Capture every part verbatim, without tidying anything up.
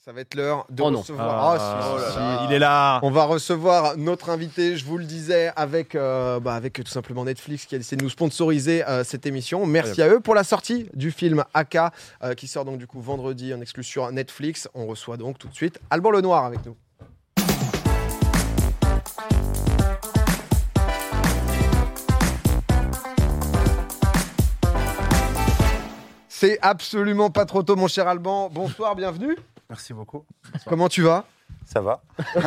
Ça va être l'heure de Oh non. recevoir. Ah, Ah, si, si, si. Il est là. On va recevoir notre invité, je vous le disais, avec, euh, bah, avec tout simplement Netflix qui a décidé de nous sponsoriser euh, cette émission. Merci à eux pour la sortie du film Aka, euh, qui sort donc du coup vendredi en exclu sur Netflix. On reçoit donc tout de suite Alban Lenoir avec nous. C'est absolument pas trop tôt, mon cher Alban. Bonsoir, bienvenue. Merci beaucoup. Comment tu vas ? Ça va.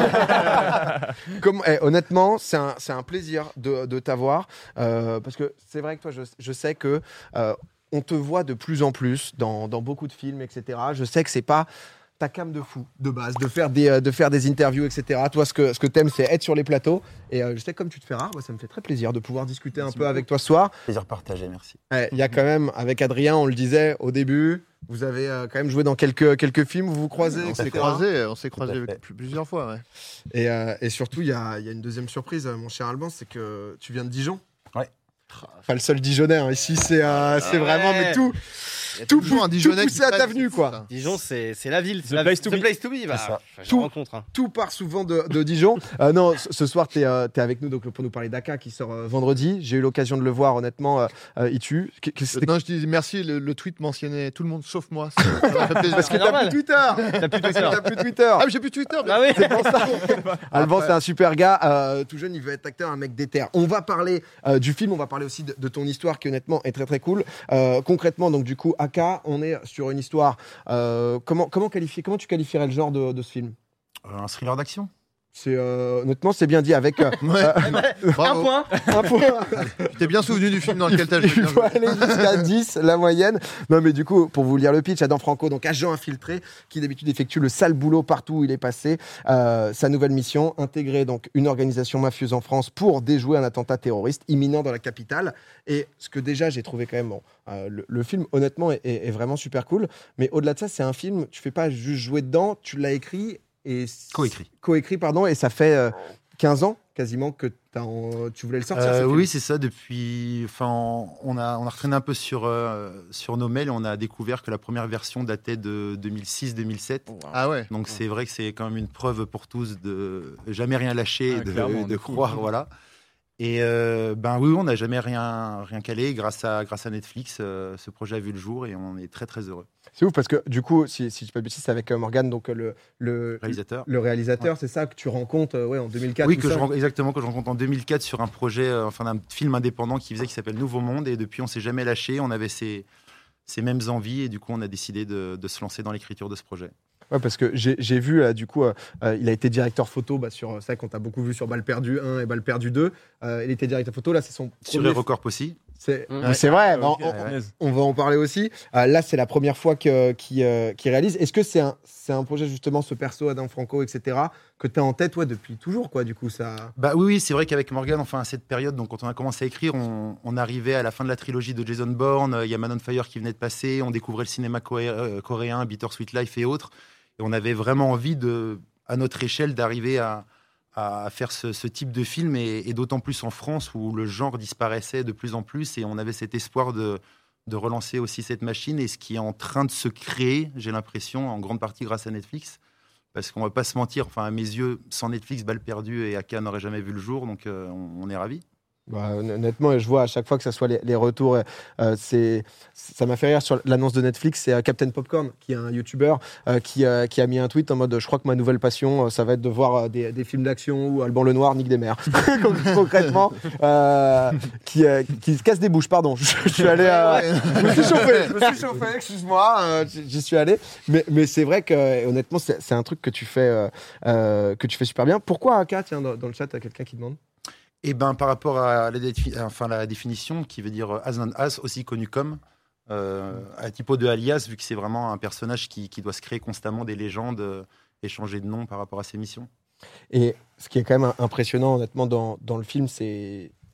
Comme, eh, honnêtement, c'est un, c'est un plaisir de, de t'avoir. Euh, parce que c'est vrai que toi, je, je sais que euh, on te voit de plus en plus dans, dans beaucoup de films, et cetera. Je sais que c'est pas ta came de fou de base, de faire des, de faire des interviews, et cetera. Toi, ce que, ce que t'aimes, c'est être sur les plateaux. Et euh, je sais que comme tu te fais rare, moi, ça me fait très plaisir de pouvoir discuter Merci un peu beaucoup. avec toi ce soir. Plaisir partagé, merci. Eh, Il y a quand même, avec Adrien, on le disait au début, vous avez euh, quand même joué dans quelques, quelques films, vous vous croisez, On et s'est cetera. croisés, on s'est Tout à croisés fait. plus- plusieurs fois. Ouais. Et, euh, et surtout, il y a, il y a une deuxième surprise, euh, mon cher Alban, c'est que tu viens de Dijon. Ouais. Pas le seul Dijonnais, hein. Ici c'est euh, c'est ouais. vraiment mais tout, Il y a tout, toujours pou- un tout Dijonnais qui poussé à traîne, ta venue c'est quoi. ça. Dijon, c'est c'est la ville. C'est The la place to the be. place to be. Bah, C'est ça. je Tout. rencontre. Hein. Tout part souvent de, de Dijon. Euh, non, ce, ce soir, tu es avec nous donc, pour nous parler d'Aka qui sort euh, vendredi. J'ai eu l'occasion de le voir, honnêtement, euh, euh, il tue. Qu- qu- c'était- Non, je dis merci, le, le tweet mentionnait tout le monde sauf moi. Ça, ça m'a fait plaisir. Parce que C'est t'as normal. plus Twitter. T'as plus de Parce que t'as plus Twitter. Ah, mais j'ai plus Twitter. mais- Ah oui. C'est pour ça. Alban, Après- c'est un super gars. Euh, tout jeune, il veut être acteur, un mec déter. On va parler euh, du film, on va parler aussi de, de ton histoire qui, honnêtement, est très très cool. Euh, concrètement, donc, du coup, Aka, on est sur une histoire. Euh, comment, comment, qualifier, comment tu qualifierais le genre de, de ce film ? Euh, un thriller d'action. C'est, euh, honnêtement, c'est bien dit avec euh, Ouais. Un Bravo. point. un point. Tu t'es bien souvenu du film dans lequel t'as joué. Il bien faut joué. aller jusqu'à dix, la moyenne. Non, mais du coup, pour vous lire le pitch, Adam Franco, donc agent infiltré, qui d'habitude effectue le sale boulot partout où il est passé. Euh, sa nouvelle mission, intégrer donc une organisation mafieuse en France pour déjouer un attentat terroriste imminent dans la capitale. Et ce que déjà j'ai trouvé quand même bon, euh, le, le film honnêtement est, est- est vraiment super cool. Mais au-delà de ça, c'est un film. Tu fais pas juste jouer dedans, tu l'as écrit et Coécrit. coécrit pardon, et ça fait euh, quinze ans quasiment que t'as en- tu voulais le sortir. Euh, ce film. oui, c'est ça. Depuis, enfin, on a on a retraîné un peu sur euh, sur nos mails et on a découvert que la première version datait de deux mille six deux mille sept. Ah ouais. Donc c'est vrai que c'est quand même une preuve pour tous de jamais rien lâcher, Ah, et de, clairement, de de fou. croire, voilà. Et euh, ben oui, on n'a jamais rien rien calé. Grâce à grâce à Netflix, euh, ce projet a vu le jour et on est très très heureux. C'est ouf parce que du coup, si, si je ne dis pas de bêtises, c'est avec euh, Morgane, donc euh, le, le, Réalisateur. le réalisateur, c'est ça que tu rencontres euh, ouais, en deux mille quatre. Oui, tout que je ça. rencontre, exactement, que je rencontre en deux mille quatre sur un projet, euh, enfin un film indépendant qui faisait qui s'appelle Nouveau Monde. Et depuis, on s'est jamais lâché. On avait ces, ces mêmes envies et du coup, on a décidé de, de se lancer dans l'écriture de ce projet. Ouais, parce que j'ai j'ai vu, là, du coup, euh, euh, il a été directeur photo bah, sur ça qu'on t'a beaucoup vu sur Balle perdue un et Balle perdue deux. Euh, il était directeur photo, là, c'est son Sur premier- Eurocorp aussi. C'est Ouais. mais c'est vrai, bah, Ok, on, on- punaise. on va en parler aussi. Euh, là, c'est la première fois que- qu'il euh, qu'il réalise. Est-ce que c'est un, c'est un projet, justement, ce perso, Adam Franco, et cetera, que tu as en tête ouais, depuis toujours, quoi, du coup ça... Bah oui, oui, c'est vrai qu'avec Morgan, enfin à cette période, donc quand on a commencé à écrire, on, on arrivait à la fin de la trilogie de Jason Bourne. euh, Il y a Man on Fire qui venait de passer. On découvrait le cinéma coré- euh, coréen, Bittersweet Life et autres. Et on avait vraiment envie de, à notre échelle, d'arriver à, à faire ce, ce type de film et, et d'autant plus en France où le genre disparaissait de plus en plus et on avait cet espoir de, de relancer aussi cette machine et ce qui est en train de se créer, j'ai l'impression, en grande partie grâce à Netflix. Parce qu'on va pas se mentir, enfin à mes yeux, sans Netflix, Balle perdue et Aka n'auraient jamais vu le jour, donc euh, on, on est ravis. Bah, honnêtement, je vois à chaque fois que ce soit les, les retours, euh, c'est, ça m'a fait rire sur l'annonce de Netflix, c'est euh, Captain Popcorn, qui est un YouTuber, euh, qui, euh, qui a mis un tweet en mode « Je crois que ma nouvelle passion, euh, ça va être de voir euh, des, des films d'action où Alban Lenoir nique des mères. » Concrètement, euh, qui, euh, qui se casse des bouches, pardon. Je, je suis allé... euh, je me suis chauffé, je me suis chauffé, excuse-moi, euh, j'y j'y suis allé. Mais, mais c'est vrai que, honnêtement, c'est c'est un truc que tu fais, euh, euh, que tu fais super bien. Pourquoi Aka, tiens, dans, dans le chat, il y a quelqu'un qui demande. Et ben par rapport à la, défi- enfin, la définition, qui veut dire euh, as non as, aussi connu comme, euh, à typo de alias, vu que c'est vraiment un personnage qui, qui doit se créer constamment des légendes euh, et changer de nom par rapport à ses missions. Et ce qui est quand même impressionnant, honnêtement, dans, dans le film, c'est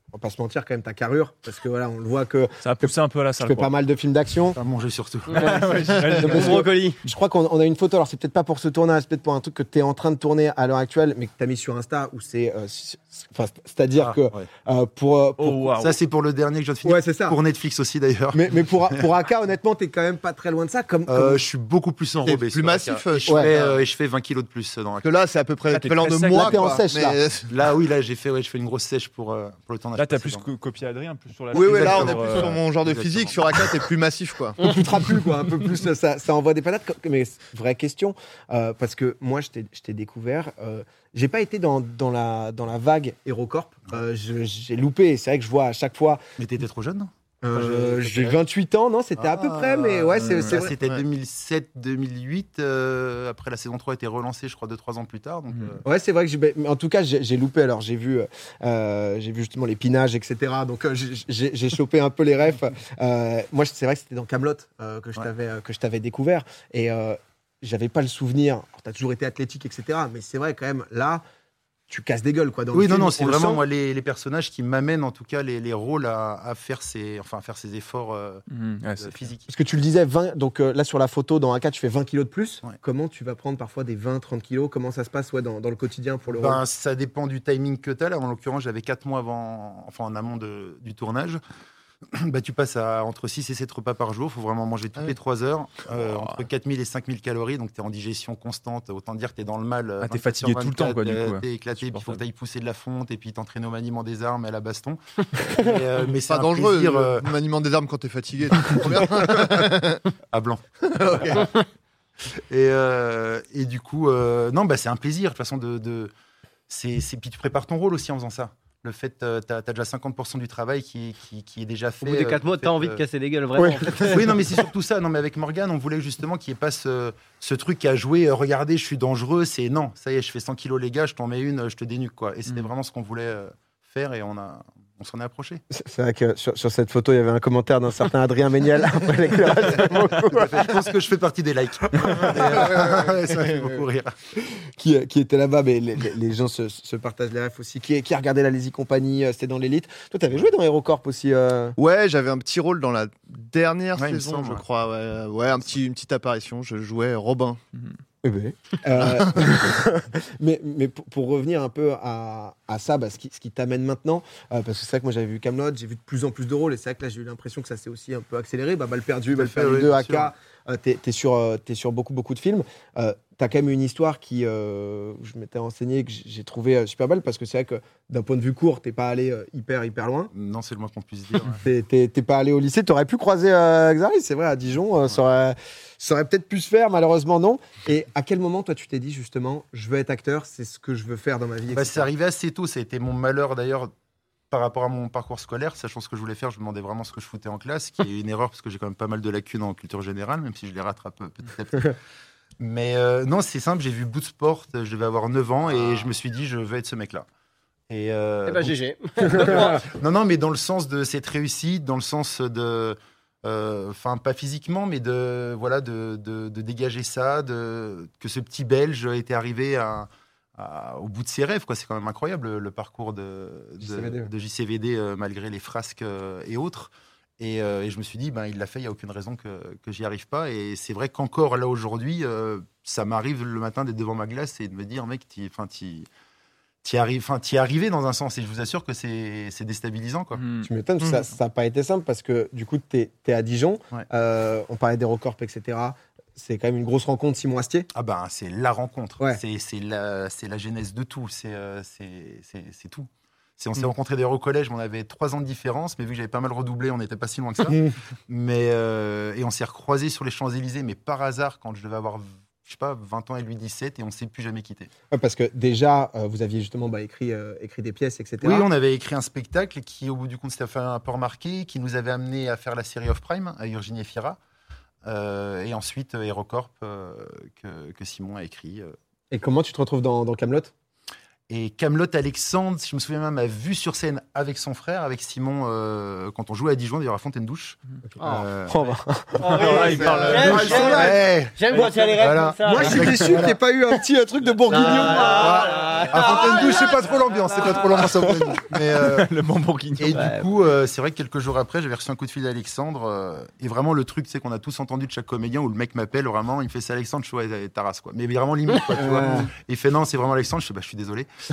on va pas se mentir, quand même ta carrure, parce que voilà, on le voit que Ça a poussé un peu à la tu salle. fais quoi. pas mal de films d'action. À manger surtout. Ouais, j'imagine. Parce que- Brocoli. Je crois qu'on on a une photo, alors c'est peut-être pas pour ce tournage, c'est peut-être pour un truc que tu es en train de tourner à l'heure actuelle, mais que tu as mis sur Insta, où c'est. euh, si- enfin, c'est-à-dire Ah, que ouais. euh, pour. euh, pour- Oh, waouh. Ça, c'est pour le dernier que je viens de finir. ouais, c'est ça. Pour Netflix aussi, d'ailleurs. Mais, mais pour, pour Aka, honnêtement, t'es quand même pas très loin de ça. Comme, Euh, comme- je suis beaucoup plus enrobé. T'es plus sur massif, Aka. Et je, ouais. fais, euh, et je fais vingt kilos de plus dans Que Aka. là, c'est à peu près Ah, t'es l'équivalent très de sec. moi. Là, t'es en quoi. sèche, là. Mais- Là, oui, là, j'ai fait, ouais, je fais une grosse sèche pour, euh, pour le tournage. Là, t'as plus précédent. co- copié Adrien, plus sur la. Oui, oui, là, on est Exactement. plus Euh, sur mon genre de exactement. physique. Sur Aka, t'es plus massif, quoi. un peu plus trapu, quoi, un peu plus, ça, ça envoie des patates. Mais vraie question, euh, parce que moi, je t'ai je t'ai découvert, euh, j'ai pas été dans, dans, la, dans la vague HeroCorp, euh, je- j'ai loupé, c'est vrai que je vois à chaque fois, Mais t'étais trop jeune, non euh, Enfin, j'ai j'ai- vingt-huit ans, non, c'était à peu près, mais ouais, c'est euh, c'est Ça, vrai. c'était Ouais. deux mille sept deux mille huit. euh, après, la saison trois a été relancée, je crois, deux trois ans plus tard. Donc, Mhm. euh, Ouais, c'est vrai que j'ai, mais en tout cas, j'ai j'ai loupé. Alors, j'ai vu, euh, j'ai vu justement les pinages, et cetera. Donc, euh, j'ai- j'ai j'ai chopé un peu les refs. Euh, moi, c'est vrai que c'était dans Camelot euh, que je Ouais. t'avais euh, que je t'avais découvert. Et euh, j'avais pas le souvenir. Tu as toujours été athlétique, et cetera. Mais c'est vrai quand même là, tu casses des gueules, quoi. Dans oui, le non, film, non, c'est on le vraiment sent. moi les, les personnages qui m'amènent en tout cas les, les rôles à, à faire ces, enfin, à faire ces efforts euh, Mhm, ouais, euh, c'est- physiques. Parce que tu le disais, vingt, donc euh, là sur la photo, dans un cas, tu fais vingt kilos de plus. Ouais. Comment tu vas prendre parfois des vingt, trente kilos? Comment ça se passe ouais, dans, dans le quotidien pour le rôle? Ben, ça dépend du timing que tu as. Là, en l'occurrence, j'avais quatre mois avant, enfin en amont de- du tournage. Bah, tu passes à entre six et sept repas par jour. Il faut vraiment manger toutes Ah oui. les trois heures, euh, Oh. entre quatre mille et cinq mille calories. Donc, tu es en digestion constante. Autant dire que tu es dans le mal. euh, Ah, t'es vingt-quatre fatigué sur tout le temps, quoi, du vingt-quatre, coup, euh, ouais. T'es éclaté, puis il faut que Supportable. tu ailles pousser de la fonte et puis t'entraîner au maniement des armes et à la baston. mais euh, mais c'est Pas un dangereux. plaisir, Le euh, maniement des armes quand t'es fatigué. tu comprends bien. à blanc. Ok. Et, euh, et du coup, euh, non, bah, c'est un plaisir, de toute façon, de. de c'est, c'est- Puis tu prépares ton rôle aussi en faisant ça. Le fait, euh, t'as, t'as déjà cinquante pour cent du travail qui, qui, qui est déjà fait. Au bout des euh, quatre mois, fait, t'as envie euh, de casser des gueules, vraiment. Ouais. Oui, non, mais c'est surtout ça. Non, mais avec Morgane, on voulait justement qu'il n'y ait pas ce, ce truc à jouer. euh, regardez, je suis dangereux. C'est non, ça y est, je fais cent kilos, les gars, je t'en mets une, je te dénuque, quoi. Et c'était Mm. vraiment ce qu'on voulait euh, faire et on, a, on s'en est approché. C'est c'est vrai que sur, sur cette photo, il y avait un commentaire d'un certain Adrien Méniel après l'éclairage. J'aime beaucoup. Tout à fait. Je pense que je fais partie des likes. Et, euh, ça fait beaucoup rire. qui, qui était là-bas, mais les, les- les gens se, se partagent les refs aussi. Qui, qui a regardé la Lazy Company, euh, c'était dans l'élite. Toi, t'avais joué dans HeroCorp aussi. euh, Ouais, j'avais un petit rôle dans la dernière Ouais, il me saison, semble, je ouais. crois. Ouais, ouais un petit, une petite apparition. Je jouais Robin. Eh ben. Euh, mais mais pour, pour revenir un peu à, à ça, bah, ce qui, ce qui t'amène maintenant, euh, parce que c'est vrai que moi j'avais vu Camelot, j'ai vu de plus en plus de rôles, et c'est vrai que là j'ai eu l'impression que ça s'est aussi un peu accéléré. Bah, Balle perdue, Balle fait, perdue oui, deux, bien A K, sûr. euh, t'es, t'es sur, euh, t'es sur beaucoup beaucoup de films. Euh, T'as quand même une histoire qui, euh, je m'étais renseigné, que j'ai j'ai trouvé euh, super belle, parce que c'est vrai que d'un point de vue court, t'es pas allé euh, hyper hyper loin. Non, c'est le moins qu'on puisse dire. ouais. T'es- T'es t'es pas allé au lycée, t'aurais pu croiser euh, Xaris, c'est vrai, à Dijon, euh, ça aurait, ça aurait peut-être pu se faire, malheureusement non. Et à quel moment, toi, tu t'es dit justement, je veux être acteur, c'est ce que je veux faire dans ma vie, Bah, et c'est cetera. arrivé assez tôt. Ça a été mon malheur d'ailleurs par rapport à mon parcours scolaire. Sachant ce que je voulais faire, je me demandais vraiment ce que je foutais en classe, qui est une erreur parce que j'ai quand même pas mal de lacunes en culture générale, même si je les rattrape euh, petit à petit. Mais euh, non, c'est simple. J'ai vu Bootsport, euh, je devais avoir neuf ans et je me suis dit, je veux être ce mec-là. Et euh, Eh ben, donc- G G. non, non, mais dans le sens de cette réussite, dans le sens de. Enfin, pas physiquement, mais de, voilà, de, de, de dégager ça, de, que ce petit Belge était arrivé à, à- au bout de ses rêves. Quoi. C'est quand même incroyable le, le parcours de, de, J C V D, ouais. de J C V D, euh, malgré les frasques euh, et autres. Et, euh, et je me suis dit, ben, il l'a fait, il n'y a aucune raison que, que j'y arrive pas. Et c'est vrai qu'encore là aujourd'hui, euh, ça m'arrive le matin d'être devant ma glace et de me dire, mec, t'y- enfin, t'y t'y arrives, enfin, t'y es arrivé dans un sens. Et je vous assure que c'est c'est déstabilisant. Quoi. Mhm. Tu m'étonnes, parce que ça n'a pas été simple, parce que du coup, t'es es à Dijon, Ouais. euh, on parlait d'HeroCorp, et cetera. C'est quand même une grosse rencontre, Simon Astier. Ah ben, c'est la rencontre. Ouais. C'est, c'est, la, c'est la genèse de tout. C'est, euh, c'est, c'est, c'est tout. C'est, on s'est Mm. rencontrés d'ailleurs au collège, mais on avait trois ans de différence, mais vu que j'avais pas mal redoublé, on n'était pas si loin que ça. Mm. mais, euh, et on s'est recroisés sur les Champs-Élysées, mais par hasard, quand je devais avoir, je sais pas, vingt ans et lui dix-sept, et on ne s'est plus jamais quittés. Ouais, parce que déjà, euh, vous aviez justement bah, écrit, euh, écrit des pièces, et cetera. Oui, on avait écrit un spectacle qui, au bout du compte, s'était fait un peu remarquer, qui nous avait amené à faire la série Off Prime, à Virginie Efira. Euh, et ensuite, euh, HeroCorp, euh, que, que Simon a écrit. euh, Et comment tu te retrouves dans, dans Camelot? Et Kaamelott Alexandre, je me souviens même, m'a vu sur scène avec son frère, avec Simon, euh, quand on jouait à Dijon, d'ailleurs à Fontaine-Douche. Euh, Oh, bah. il parle- J'aime, Ouais, j'aime. ouais. J'aime quand il y a les rêves Voilà. comme ça. Moi, je suis déçu qu'il n'y ait pas eu un petit euh, truc de bourguignon. Ah, À Fontaine-Douche, c'est pas trop l'ambiance, c'est pas trop l'ambiance à Fontaine-Douche. Mais, euh, Le bon bourguignon. Et Ouais. du coup, euh, c'est vrai que quelques jours après, j'avais reçu un coup de fil d'Alexandre. euh, et vraiment, le truc, c'est qu'on a tous entendu de chaque comédien où le mec m'appelle, vraiment, il me fait c'est Alexandre, je suis ouais, ta race, quoi. Mais vraiment limite, quoi, tu vois. Ouais. Il fait non, c'est vraiment Alexandre, je fais bah, je suis désolé. Et,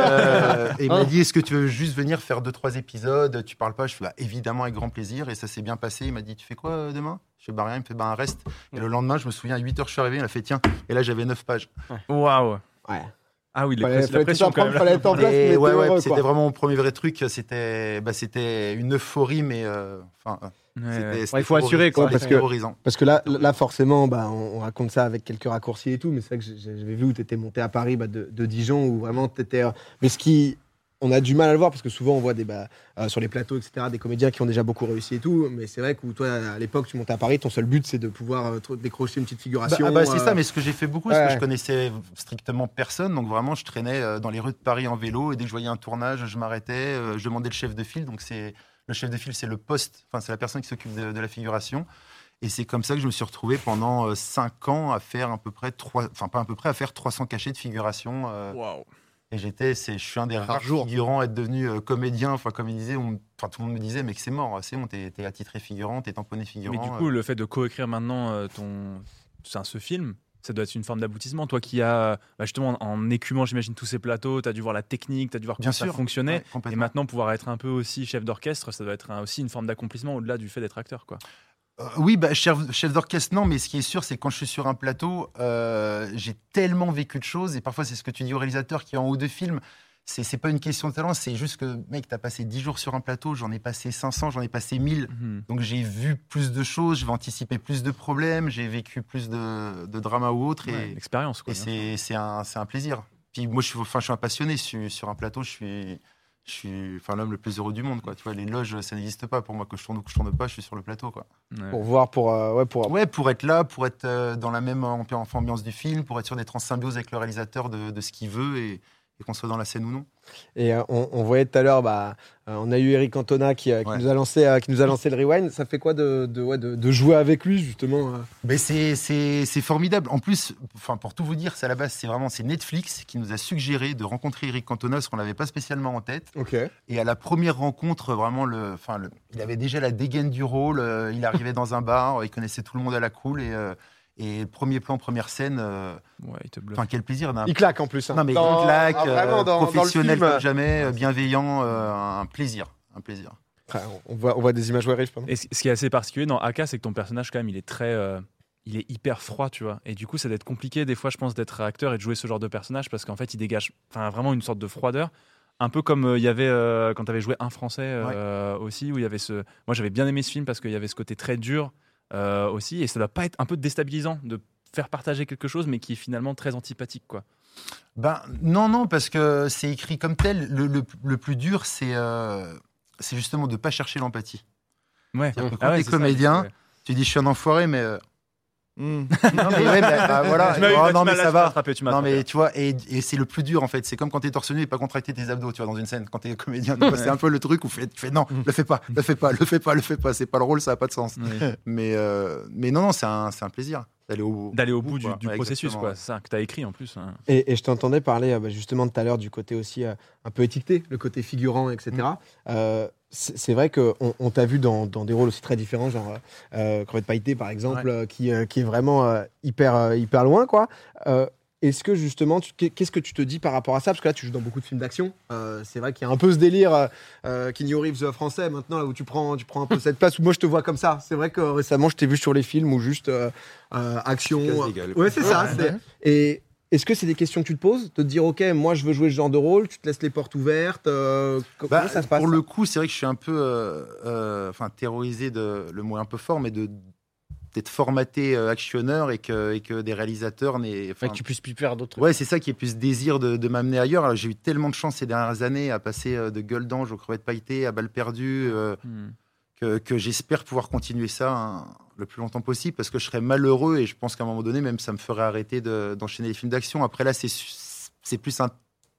euh, et il m'a dit est-ce que tu veux juste venir faire deux, trois épisodes, tu parles pas, je fais bah, évidemment, avec grand plaisir. Et ça s'est bien passé. Il m'a dit tu fais quoi euh, demain? Je fais bah rien, il me fait bah un reste. Et le lendemain, je me souviens, à huit heures, je suis arrivé, il a fait tiens. Et là, j'avais neuf pages. Waouh. Ouais. Ah oui, les Fallait- press- fallait la tout pression quand apprendre, même. fallait être en place, Et mais ouais, t'es ouais, heureux, c'était quoi. vraiment mon premier vrai truc. C'était bah, c'était une euphorie, mais euh, enfin. Ouais, C'était- ouais. c'était Ouais, il faut assurer, quoi. c'était Parce que- terrorisant. Parce que là, là forcément, bah, on, on raconte ça avec quelques raccourcis et tout, mais c'est vrai que j'ai- j'avais vu où tu étais monté à Paris bah, de, de Dijon, où vraiment tu étais. Mais ce qui. On a du mal à le voir parce que souvent on voit des, bah, euh, sur les plateaux, et cetera, des comédiens qui ont déjà beaucoup réussi et tout. Mais c'est vrai que toi, à l'époque, tu montais à Paris, ton seul but c'est de pouvoir euh, te décrocher une petite Bah, figuration. ah bah, c'est euh, ça, mais ce que j'ai fait beaucoup, ouais. c'est que je connaissais strictement personne. Donc vraiment, je traînais euh, dans les rues de Paris en vélo et dès que je voyais un tournage, je m'arrêtais, euh, je demandais le chef de file. Donc c'est le chef de file, c'est le poste, enfin c'est la personne qui s'occupe de, de la figuration. Et c'est comme ça que je me suis retrouvé pendant euh, cinq ans à faire à peu près trois, enfin pas à peu près à faire trois cents cachets de figuration. euh, Waouh. Et j'étais, c'est, je suis un des Par rares jour. figurants à être devenu euh, comédien. Enfin comme il disait, on- enfin tout le monde me disait, mais que c'est mort, c'est bon, t'es, t'es attitré figurant, t'es tamponné figurant. Mais du euh. coup, le fait de coécrire maintenant euh, ton, enfin, ce film, ça doit être une forme d'aboutissement. Toi qui as, bah, justement, en écumant, j'imagine, tous ces plateaux, tu as dû voir la technique, tu as dû voir comment Bien ça sûr, fonctionnait. ouais, complètement. Et maintenant, pouvoir être un peu aussi chef d'orchestre, ça doit être un- aussi une forme d'accomplissement au-delà du fait d'être acteur, quoi. Euh, oui, bah, chef, chef d'orchestre, non, mais ce qui est sûr, c'est que quand je suis sur un plateau, euh, j'ai tellement vécu de choses, et parfois c'est ce que tu dis au réalisateur qui est en haut de film, c'est, c'est pas une question de talent, c'est juste que, mec, t'as passé dix jours sur un plateau, j'en ai passé cinq cents, j'en ai passé mille, Mhm. donc j'ai vu plus de choses, je vais anticiper plus de problèmes, j'ai vécu plus de, de drama ou autre, et, Ouais, l'expérience, quoi. et c'est, c'est, un, c'est un plaisir. Puis moi, je suis, enfin, je suis un passionné, sur, sur un plateau, je suis... Je suis enfin, l'homme le plus heureux du monde, quoi. Tu vois, les loges, ça n'existe pas. Pour moi, que je tourne ou que je tourne pas, je suis sur le plateau, quoi. Ouais. Pour voir, pour. euh, ouais, pour... Ouais, pour être là, pour être euh, dans la même ambi- ambiance du film, pour être sûr d'être en symbiose avec le réalisateur de, de ce qu'il veut et, et qu'on soit dans la scène ou non. Et euh, on, on voyait tout à l'heure, bah, euh, on a eu Eric Cantona qui, euh, qui Ouais. nous a lancé, euh, qui nous a lancé le rewind. Ça fait quoi de, de, ouais, de, de jouer avec lui, justement euh Mais c'est, c'est, c'est formidable. En plus, enfin, pour tout vous dire, c'est à la base, c'est vraiment c'est Netflix qui nous a suggéré de rencontrer Eric Cantona, parce qu'on l'avait pas spécialement en tête. Ok. Et à la première rencontre, vraiment, le, enfin, le, il avait déjà la dégaine du rôle. euh, il arrivait dans un bar, il connaissait tout le monde à la cool. Et, euh, et premier plan, première scène, euh, Ouais, il te bluffe. enfin, quel plaisir d'un Il claque en plus. hein. Non, mais Dans- il claque, ah, vraiment, euh, dans- dans le professionnel film, comme jamais, euh, bienveillant, euh, un plaisir. Un plaisir. euh, on, voit, on voit des images riches, pardon. Et ce ce qui est assez particulier dans Aka, c'est que ton personnage, quand même, il est très. euh, il est hyper froid, tu vois. Et du coup, ça doit être compliqué, des fois, je pense, d'être acteur et de jouer ce genre de personnage parce qu'en fait, il dégage enfin, vraiment une sorte de froideur. Un peu comme euh, il y avait euh, quand tu avais joué Un Français euh, aussi, où il y avait ce. Moi, j'avais bien aimé ce film parce qu'il y avait ce côté très dur euh, aussi. Et ça doit pas être un peu déstabilisant de faire partager quelque chose, mais qui est finalement très antipathique, quoi. Ben, non, non, parce que c'est écrit comme tel. Le, le- le plus dur, c'est euh, c'est justement de ne pas chercher l'empathie. Ouais. C'est-à-dire que Ah quand ouais, t'es c'est ça, comédien, ouais. tu dis je suis un enfoiré, mais. euh, Hmm. non, mais ouais, bah, bah, voilà. Tu m'as eu, Oh, bah, tu non, m'as- mais là, ça tu m'as va. attrapé, tu m'as Non, attrapé. mais tu vois, et, et c'est le plus dur en fait. C'est comme quand t'es torse nu et pas contracter tes abdos, tu vois, dans une scène. Quand t'es comédien, tu vois, c'est un peu le truc où tu fais, tu fais non, le fais pas, le fais pas, le fais pas, le fais pas. C'est pas le rôle, ça a pas de sens. Ouais. Mais, euh, mais non, non, c'est un, c'est un plaisir d'aller au, D'aller au bout du, quoi. du Ouais, processus, exactement, quoi. ouais. C'est ça que tu as écrit en plus. hein. Et, et je t'entendais parler euh, bah, justement tout à l'heure du côté aussi euh, un peu étiqueté, le côté figurant, et cetera. Euh, c'est c'est vrai qu'on on t'a vu dans, dans des rôles aussi très différents, genre euh, Crevette Pailleté par exemple, Ouais. euh, qui, euh, qui est vraiment euh, hyper, euh, hyper loin, quoi. Euh, Est-ce que justement, tu- qu'est- qu'est-ce que tu te dis par rapport à ça? Parce que là, tu joues dans beaucoup de films d'action. Euh, c'est vrai qu'il y a un peu ce délire euh, euh, Keanu Reeves euh, français maintenant, là où tu prends, tu prends un peu cette place. Où moi, je te vois comme ça. C'est vrai que récemment, je t'ai vu sur les films où juste euh, euh, action. Tu casses des gueules. Ouais, c'est ça. Ouais, c'est- ouais. Et est-ce que c'est des questions que tu te poses, de te dire, ok, moi, je veux jouer ce genre de rôle, tu te laisses les portes ouvertes, euh, co- Bah, comment ça se passe? pour ça le coup, c'est vrai que je suis un peu, euh, euh, enfin, terrorisé de le mot est un peu fort, mais de d'être formaté euh, actionneur et que, et que des réalisateurs n'aient. Fait enfin, que tu puisses plus faire d'autres trucs. Ouais, c'est ça qui est plus désir de, de m'amener ailleurs. Alors, j'ai eu tellement de chance ces dernières années à passer euh, de gueule d'ange aux crevettes pailletées, à balles perdues, euh, Hmm. que, que j'espère pouvoir continuer ça hein, le plus longtemps possible parce que je serais malheureux et je pense qu'à un moment donné, même ça me ferait arrêter de- d'enchaîner les films d'action. Après là, c'est su- c'est plus un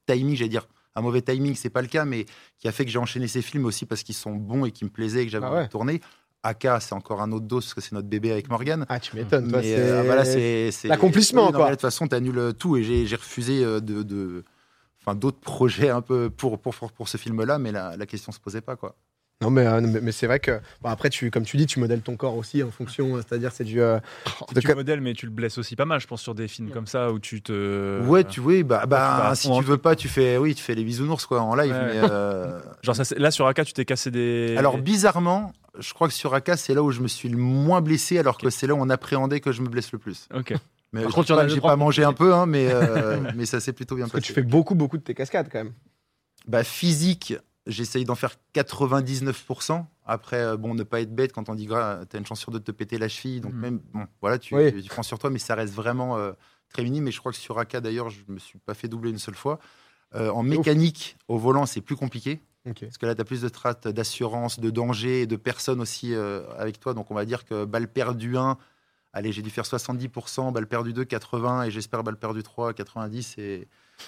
timing, j'allais dire un mauvais timing, c'est pas le cas, mais qui a fait que j'ai enchaîné ces films aussi parce qu'ils sont bons et qui me plaisaient et que j'avais Ah envie ouais. de tourner. A K, c'est encore un autre dos parce que c'est notre bébé avec Morgane. Ah, tu m'étonnes, toi, Mais c'est euh, voilà, c'est, c'est- l'accomplissement, oui, non, quoi. mais De toute façon, tu annules tout et j'ai, j'ai refusé euh, de, de, enfin, d'autres projets un peu pour, pour, pour, pour ce film-là, mais la, la question se posait pas. Quoi. Non, mais, euh, mais, mais c'est vrai que. Bon, après, tu, comme tu dis, tu modèles ton corps aussi en fonction. euh, C'est-à-dire, c'est du. euh, de Tu comme- modèles, mais tu le blesses aussi pas mal, je pense, sur des films comme ça où tu te. ouais, tu vois, bah, bah, tu vas à si fond tu veux pas, tu fais, oui, tu fais les bisounours quoi, en live. Ouais. Mais, euh, Genre, ça, c'est- là, sur A K, tu t'es cassé des. alors, bizarrement, je crois que sur A K, c'est là où je me suis le moins blessé, alors que c'est là où on appréhendait que je me blesse le plus. Ok. Mais Par je contre, dis il y en pas a que deux, j'ai trois pas qui- mangé un peu, hein, mais, euh, mais ça s'est plutôt bien Parce que passé. tu fais beaucoup, beaucoup de tes cascades quand même. Bah, physique, j'essaye d'en faire quatre-vingt-dix-neuf pour cent. Après, euh, bon, ne pas être bête quand on dit gras, t'as une chance sur deux de te péter la cheville. Donc, Mhm. même, bon, voilà, tu, Oui. tu, tu prends sur toi, mais ça reste vraiment euh, très minime. Et je crois que sur A K, d'ailleurs, je me suis pas fait doubler une seule fois. Euh, en mécanique, au volant, c'est plus compliqué. Ok. Parce que là, tu as plus de strates d'assurance, de danger et de personnes aussi euh, avec toi. Donc, on va dire que balle perdue un, allez, j'ai dû faire soixante-dix pour cent, balle perdue deux, quatre-vingts, et j'espère balle perdue trois, quatre-vingt-dix. Et...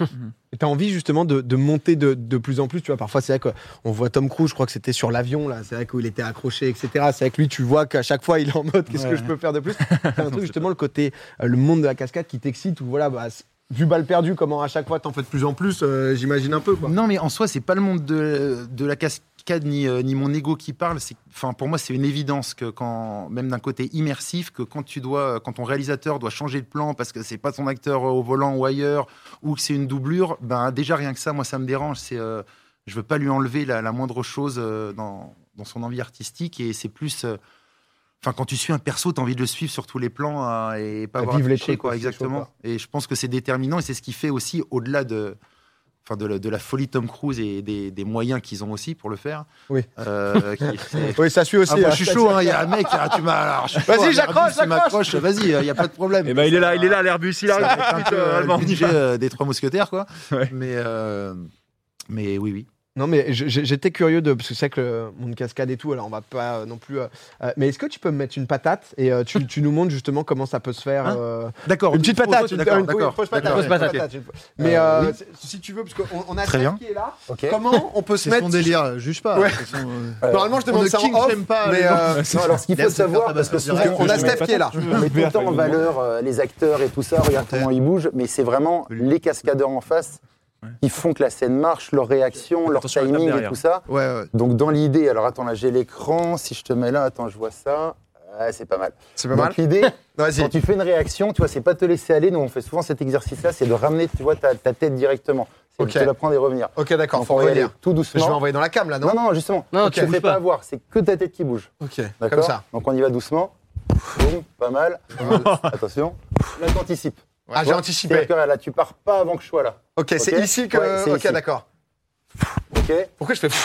Et t'as envie justement de, de monter de, de plus en plus, tu vois. Parfois, c'est vrai qu'on voit Tom Cruise, je crois que c'était sur l'avion, là. C'est vrai qu'il était accroché, et cetera. C'est vrai que lui, tu vois qu'à chaque fois, il est en mode qu'est-ce que Ouais. je peux faire de plus. C'est un truc, justement, le côté, euh, le monde de la cascade qui t'excite, où voilà, bah, c'est- vu balle perdue, comment à chaque fois t'en fais de plus en plus, euh, j'imagine un peu, quoi. Non, mais en soi, c'est pas le monde de, de la cascade ni, euh, ni mon ego qui parle. C'est, enfin, pour moi, c'est une évidence que quand, même d'un côté immersif, que quand tu dois, quand ton réalisateur doit changer de plan parce que c'est pas ton acteur au volant ou ailleurs, ou que c'est une doublure, ben déjà rien que ça, moi, ça me dérange. C'est, euh, je veux pas lui enlever la, la moindre chose euh, dans, dans son envie artistique, et c'est plus. euh, Enfin, quand tu suis un perso, tu as envie de le suivre sur tous les plans hein, et pas À avoir vivre à les tricher, trucs quoi, aussi, exactement. chaud, quoi. Et je pense que c'est déterminant et c'est ce qui fait aussi, au-delà de, enfin, de, la, de la folie Tom Cruise et des, des moyens qu'ils ont aussi pour le faire. Oui. Euh, qui fait- Oui, ça suit aussi. Ah, moi, hein. je suis chaud, hein, il y a un mec, ah, tu m'as. alors, je suis Vas-y, chaud, hein, j'accroche, Airbus, il j'accroche. m'accroche, vas-y, il n'y a pas de problème. Et ben, il est là, il est là, l'Airbus, il Ça arrive. va être un Putain, peu, euh, allemand, le on y budget va. euh, des trois mousquetaires, quoi. Ouais. Mais, euh, mais oui, oui. Non, mais je- je- j'étais curieux de. Parce que c'est vrai que le monde cascade et tout, alors on va pas euh, non plus. euh, euh, mais est-ce que tu peux me mettre une patate et euh, tu, tu nous montres justement comment ça peut se faire Hein euh, D'accord. Une petite patate, une, D'accord, une- d'accord. une fausse patate. d'accord. une patate. patate, une- Mais Euh, euh, oui. c'est- si tu veux, parce qu'on on a Très Steph bien. qui est là. Ok. Comment on peut se C'est mettre son délire, juge pas. Ouais. de toute façon, euh, Normalement, je on demande ne ça en king off, shame pas. mais les gens. euh, Non, alors ce qu'il Il faut aime se faire savoir, parce que tabasser souvent, direct. on a je mets Steph qui est là. on met tout le temps en valeur euh, les acteurs et tout ça, regarde comment ils bougent, mais c'est vraiment les cascadeurs en face Ouais. qui font que la scène marche, leur réaction, leur Attention à la table timing et derrière. tout ça. Ouais, ouais. Donc dans l'idée, alors attends, là j'ai l'écran, si je te mets là, attends, je vois ça. Ouais, c'est pas mal. C'est pas Donc mal. l'idée, Vas-y. quand tu fais une réaction, tu vois, c'est pas te laisser aller. Nous, on fait souvent cet exercice-là, c'est de ramener, tu vois, ta, ta tête directement. C'est Ok. de te la prendre et revenir. Ok, d'accord, Donc, faut on va y revenir. aller tout Je vais doucement. envoyer dans la cam là, non Non, non, justement. Non, tu tu ne fais bouges pas pas. avoir, c'est que ta tête qui bouge. Ok, D'accord. comme ça. Donc on y va doucement. Boum, pas mal. Attention. Là, tu anticipes. Ah, j'ai anticipé. C'est-à-dire que là, tu pars pas avant que je sois là. Ok, c'est Ok. ici que. Ouais, c'est ok, ici. d'accord. Ok. Pourquoi je fais.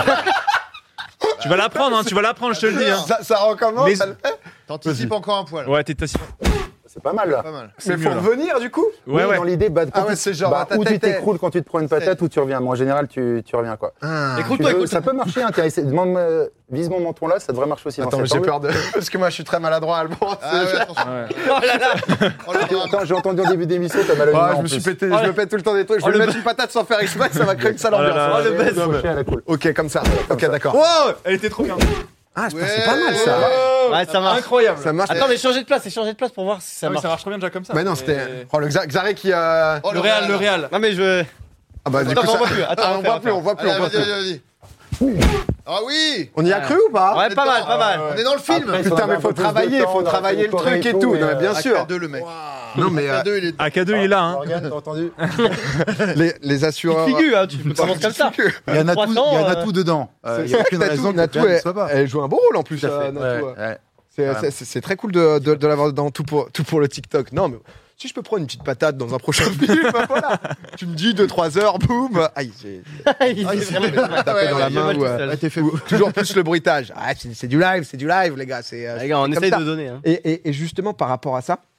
Tu vas l'apprendre, hein, tu vas l'apprendre, je te le dis. Hein. Ça, ça recommence. Mais- ça le fait T'anticipes encore un poil. Ouais, t'es t'as- C'est pas mal là. Pas mal. c'est Mais mieux, faut là. revenir du coup. Ouais, Oui, ouais. Dans l'idée, bah, quand Ah ouais, tu- c'est genre, bah, ta ou tu tête est- t'écroules quand tu te prends une patate, ou tu reviens. Moi, en général, tu, tu reviens quoi. Ah. Tu Écoute-toi, veux- écoute. ça peut marcher. Hein, tiens, essaie- demande, euh, vise mon menton là, ça devrait marcher aussi. dans Attends, cet j'ai angle. peur de. Parce que moi, je suis très maladroit à le prendre. Ah ouais, attention. Ouais. Oh là là. Oh là là. Attends, j'ai entendu au début d'émission, t'as mal à une Ah, main, je en me suis plus. pété, je me pète tout le temps des trucs. Je vais Oh, me le mettre une patate sans faire exprès, ça va créer une sale Oh là ambiance. là. Oh, le best. Non, mais- Crochet à la cool. Ok, comme ça. Ok, d'accord. Wow, elle était trop bien. Ah, c'est pas- Ouais. c'est pas mal ça. Ouais, ça marche. Incroyable. Ça marche. Attends, mais changez de place, c'est changer de place pour voir si ça Ah oui, marche. ça marche trop bien déjà comme ça. Mais non, Et- c'était. Oh, le Xa- Xaré qui a. Oh, Le Real, le Real. Non, mais je. Ah bah, du Attends, coup, on ça- voit plus. Attends, Ah, on on va voit faire, plus, on voit plus, on Allez, voit vas-y, plus. vas-y, vas-y. Ah oui. On y a cru ou pas Ouais, pas mal, pas mal. On est dans le film. Après, Putain, ça mais va faut un peu plus travailler, de temps, faut on a travailler fait le truc et correcto, tout. mais, Non, mais euh, bien A K sûr. deux, le mec. Non, mais A K deux, il est. A K deux, il est là. Hein. Morgane, t'as entendu les, les assureurs. Figure, hein, tu peux commencer comme ça. Il y en a tout, il y en a euh, tout dedans. Euh, Il y a aucune Natou, raison que Natou, le plan ne elle, soit pas. elle joue un beau rôle en plus. Tout à fait. euh, Natou, Ouais, euh. ouais. C'est- Carrément. C'est c'est très cool de, de, de l'avoir dans tout pour, tout pour le TikTok. Non, mais si je peux prendre une petite patate dans un prochain film, bah voilà. Tu me dis deux trois heures, boum. Aïe, j'ai Il Ah, il s'est s'est vraiment fait- tapé ouais, dans ouais, la j'ai main. mal ou, tout euh, seul. Ouais, t'es fait ou toujours plus le bruitage. Ah, c'est c'est du live, c'est du live, les gars. C'est euh, Les gars, on c'est essaye comme de ça. donner. Hein. Et, et- et justement, par rapport à ça,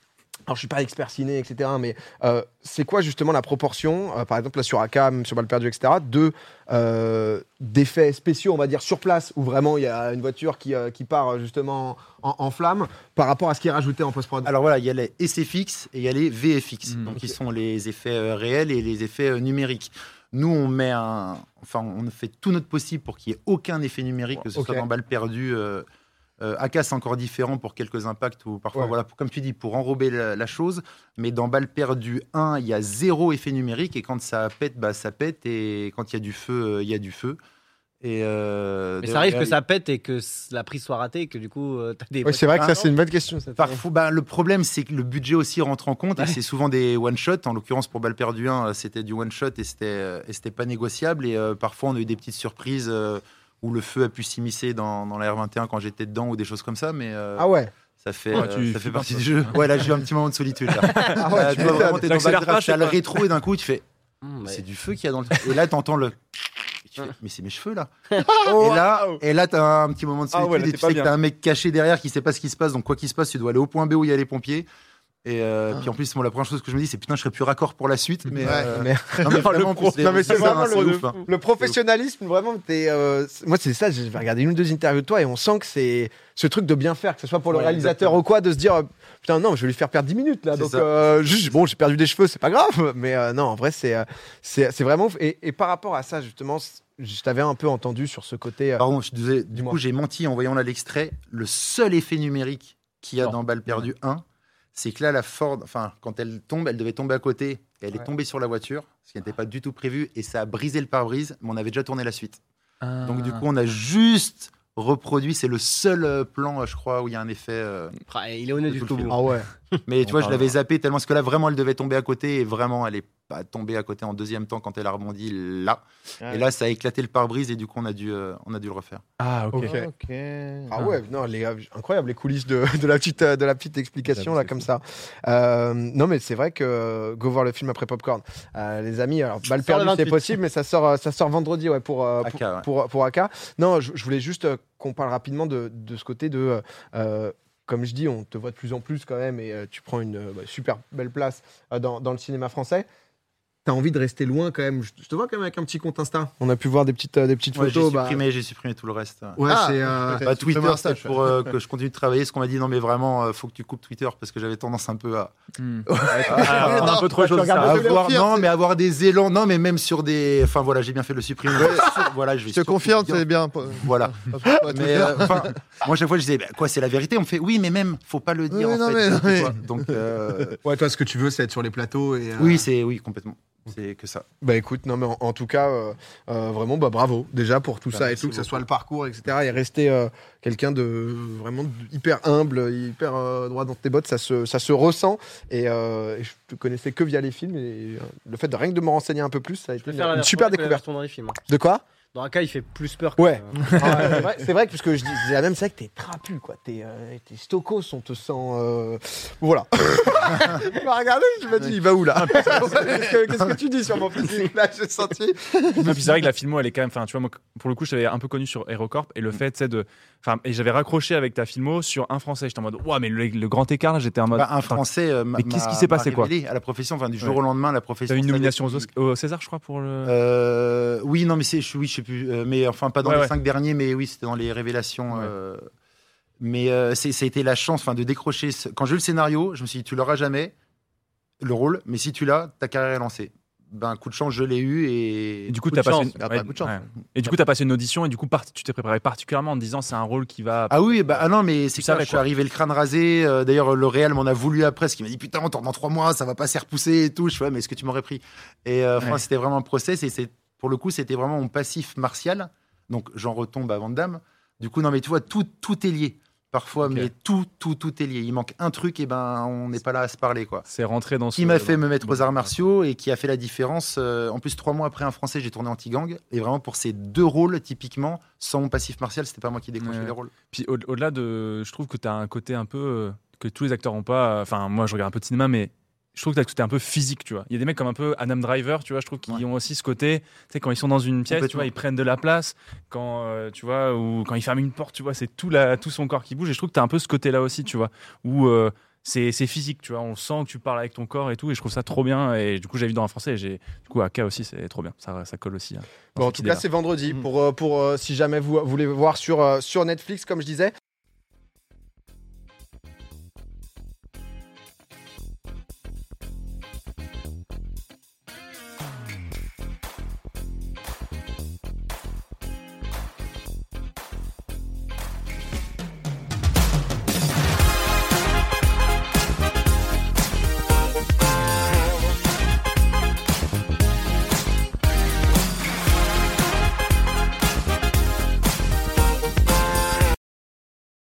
alors je suis pas expert ciné, et cetera. Mais euh, c'est quoi justement la proportion, euh, par exemple là sur A K, même sur Balle perdue, et cetera, de euh, d'effets spéciaux, on va dire sur place, où vraiment il y a une voiture qui, euh, qui part justement en, en flamme, par rapport à ce qui est rajouté en post-prod. Alors voilà, il y a les S F X et il y a les V F X, Mmh, donc ok. qui sont les effets euh, réels et les effets euh, numériques. Nous, on met un, enfin, on fait tout notre possible pour qu'il n'y ait aucun effet numérique, que ce Ok. soit dans Balle perdue. Euh, euh, A K, c'est encore différent pour quelques impacts ou parfois, Ouais. voilà, pour- comme tu dis, pour enrober la, la chose. Mais dans Balle perdue un, il y a zéro effet numérique et quand ça pète, bah, ça pète et quand il y a du feu, euh, il y a du feu. Et euh, Mais d'ailleurs, ça arrive il y a- que ça pète et que s- la prise soit ratée et que du coup, euh, t'as des. Ouais, c'est vrai que ça Ah, c'est une bonne question. ça. Parfois, bah, le problème, c'est que le budget aussi rentre en compte et c'est souvent des one-shot. En l'occurrence, pour Balle perdue un, euh, c'était du one-shot et c'était, euh, et c'était pas négociable. Et euh, parfois, on a eu des petites surprises euh, où le feu a pu s'immiscer dans, dans la R vingt et un quand j'étais dedans ou des choses comme ça. Mais euh, Ah ouais. ça fait, Ouais, euh, tu ça fait flippes partie un du peu. jeu. Ouais, là, j'ai eu un petit moment de solitude. Là. Ah ouais, Euh, tu tu vois, m'étonnes. vraiment, t'es dans T'accélères Balle pas, Grave, je sais t'as le pas. rétro et d'un coup, tu fais Mmh, ouais. c'est du feu qu'il y a dans le. Et là, t'entends le. Et tu fais, mais c'est mes cheveux là. Oh, Et là, et là, t'as un petit moment de Ah solitude ouais, là, et t'es tu pas sais que bien. t'as un mec caché derrière qui sait pas ce qui se passe. Donc quoi qu'il se passe, tu dois aller au point B où il y a les pompiers. Et euh, puis en plus, bon, la première chose que je me dis, c'est putain, je serais plus raccord pour la suite. Mais, Ouais. euh, Mais- non, mais vraiment, en plus, les- Non, mais c'est les- vraiment c'est le- ouf, hein. Le professionnalisme, vraiment, t'es, euh, c'est- moi c'est ça, j'ai regardé une ou deux interviews de toi et on sent que c'est ce truc de bien faire, que ce soit pour le Ouais, réalisateur exactement. ou quoi, de se dire, euh, putain non, je vais lui faire perdre dix minutes là, C'est donc ça. euh, juste, bon, j'ai perdu des cheveux, c'est pas grave, mais euh, non, en vrai, c'est, euh, c'est, c'est vraiment ouf. Et, et par rapport à ça, justement, c- je t'avais un peu entendu sur ce côté. euh, Pardon, je disais, du Dis-moi. coup, j'ai menti en voyant là l'extrait. Le seul effet numérique qu'il y a Non. dans Balle perdue un, c'est que là, la Ford, enfin, quand elle tombe, elle devait tomber à côté. Et elle Ouais. est tombée sur la voiture, ce qui n'était pas du tout prévu. Et ça a brisé le pare-brise, mais on avait déjà tourné la suite. Ah. Donc, du coup, on a juste reproduit. C'est le seul euh, plan, euh, je crois, où il y a un effet. euh, Ah, il est honnête de tout jusqu'au le bout. film. Ah ouais. Mais On tu vois, je parle- l'avais zappé tellement. Parce que là, vraiment, elle devait tomber à côté. Et vraiment, elle est pas tombée à côté en deuxième temps quand elle a rebondi là. Ouais. Et là, ça a éclaté le pare-brise. Et du coup, on a dû, euh, on a dû le refaire. Ah, ok. Ok. Ok. Ah ouais, non, les, incroyable les coulisses de, de la petite euh, de la petite explication là comme ça. Euh, non mais c'est vrai que euh, go voir le film après Popcorn, Euh, les amis. Alors balle sort le perdue c'est vingt-huit. possible, mais ça sort euh, ça sort vendredi ouais pour euh, A K, pour, ouais. pour pour A K. Non, je, je voulais juste euh, qu'on parle rapidement de, de ce côté de euh, comme je dis, on te voit de plus en plus quand même et euh, tu prends une euh, bah, super belle place euh, dans, dans le cinéma français. T'as envie de rester loin quand même. Je je te vois quand même avec un petit compte Insta. On a pu voir des petites euh, des petites Ouais, j'ai photos. bah, supprimé, j'ai supprimé tout le reste. ouais, Ah, c'est euh, peut-être. Bah, Tu Twitter, fais un stage, c'est pour euh, que je continue de travailler. Ce qu'on m'a dit, non, mais vraiment, euh, faut que tu coupes Twitter parce que j'avais tendance un peu à, Hmm. à- Ah, un peu trop ouais, tu chaud. regardes ça. le le avoir, pire, non, c'est- mais avoir des élans, non, mais même sur des, enfin voilà, j'ai bien fait de le supprimer. Sur- voilà, je vais Je te surtout confirme, dire- c'est bien. Voilà. Pas- pas- pas Mais Twitter. euh, enfin, moi, chaque fois, je disais, bah, quoi, c'est la vérité. On me fait, oui, mais même, faut pas le dire. Oui, en non, fait, mais- tu non, mais- vois. Donc, euh, ouais, toi ce que tu veux c'est être sur les plateaux et euh, oui, c'est, oui, complètement. C'est que ça. Bah écoute, non mais en, en tout cas, euh, euh, vraiment, bah bravo déjà pour tout Bah, ça et merci tout, que ce beaucoup. soit le parcours, et cetera. Et rester euh, quelqu'un de vraiment de- hyper humble, hyper euh, droit dans tes bottes, ça se, ça se ressent. Et, euh, et je te connaissais que via les films et euh, le fait de rien que de me renseigner un peu plus, ça a Je peux été faire la une, une version super avec la découverte. version dans les films. hein. De quoi? Dans A K, il fait plus peur que. Ouais. Ah ouais, c'est vrai, c'est vrai que parce que je disais la même, c'est vrai que t'es trapu quoi, t'es euh, t'es stokos, on te sent. euh, Voilà. Il m'a regardé, je me dis, il va où là? Qu'est-ce que, qu'est-ce que tu dis sur mon physique là? J'ai senti. Non, puis c'est vrai que la filmo, elle est quand même. Enfin, tu vois, moi, pour le coup, je t'avais un peu connu sur HeroCorp et le fait, c'est de. Enfin, et j'avais raccroché avec ta filmo sur un français. J'étais en mode, ouah, mais le, le grand écart, là, j'étais en mode. Bah, un attends, Français. euh, m'a- mais qu'est-ce qui m'a- s'est passé, m'a quoi révélé à la profession, enfin, du jour Ouais. au lendemain, la profession. T'as eu une savait nomination aux, qui- Osc- au César, je crois, pour le. Euh, oui, non, mais c'est, je, oui, je sais plus, euh, mais enfin pas dans Ouais, les ouais. cinq derniers, mais oui, c'était dans les révélations. Ouais. euh, mais euh, c'est, ça a été la chance, enfin, de décrocher. ce- Quand j'ai eu le scénario, je me suis dit, tu l'auras jamais le rôle, mais si tu l'as, ta carrière est lancée. Ben, coup de chance, je l'ai eu et. Et du coup, coup t'as de passé, chance. une... Après, coup de chance. ouais. Et du coup, t'as passé une audition et du coup, part- tu t'es préparé particulièrement en te disant c'est un rôle qui va. Ah oui, bah ah non, mais c'est Tu ça. savais, Je suis quoi. arrivé le crâne rasé. euh, D'ailleurs, le Réal m'en a voulu après, parce qu'il m'a dit putain, on tourne dans trois mois, ça va pas s'y repousser et tout. Je fais ouais, mais est-ce que tu m'aurais pris? Et euh, enfin, Ouais. c'était vraiment un process et c'est pour le coup, c'était vraiment mon passif martial. Donc j'en retombe à Van Damme. Du coup, non, mais tu vois, tout tout est lié. Parfois, Ok. mais tout tout tout est lié. Il manque un truc et ben on n'est pas là à se parler quoi. C'est rentré dans. Qui ce- m'a fait dans- me mettre aux arts martiaux et qui a fait la différence. euh, en plus, trois mois après un Français, j'ai tourné Anti-Gang. Et vraiment, pour ces deux rôles, typiquement, sans mon passif martial, c'était pas moi qui décrochais Ouais. les rôles. Puis au- au-delà de. Je trouve que t'as un côté un peu. euh, que tous les acteurs ont pas. Enfin, moi, je regarde un peu de cinéma, mais. Je trouve que t'as un côté un peu physique, tu vois. Il y a des mecs comme un peu Adam Driver, tu vois, je trouve, qui Ouais. ont aussi ce côté, tu sais, quand ils sont dans une pièce, tu Complètement. vois, ils prennent de la place, quand, euh, tu vois, ou quand ils ferment une porte, tu vois, c'est tout, la, tout son corps qui bouge, et je trouve que t'as un peu ce côté-là aussi, tu vois, où euh, c'est, c'est physique, tu vois. On sent que tu parles avec ton corps et tout, et je trouve ça trop bien. Et du coup, j'ai vu dans un français, et j'ai, du coup, Aka aussi, c'est trop bien. Ça, ça colle aussi. Hein, Bon, en tout cas, c'est vendredi pour, euh, pour euh, si jamais vous, vous voulez voir sur, euh, sur Netflix, comme je disais.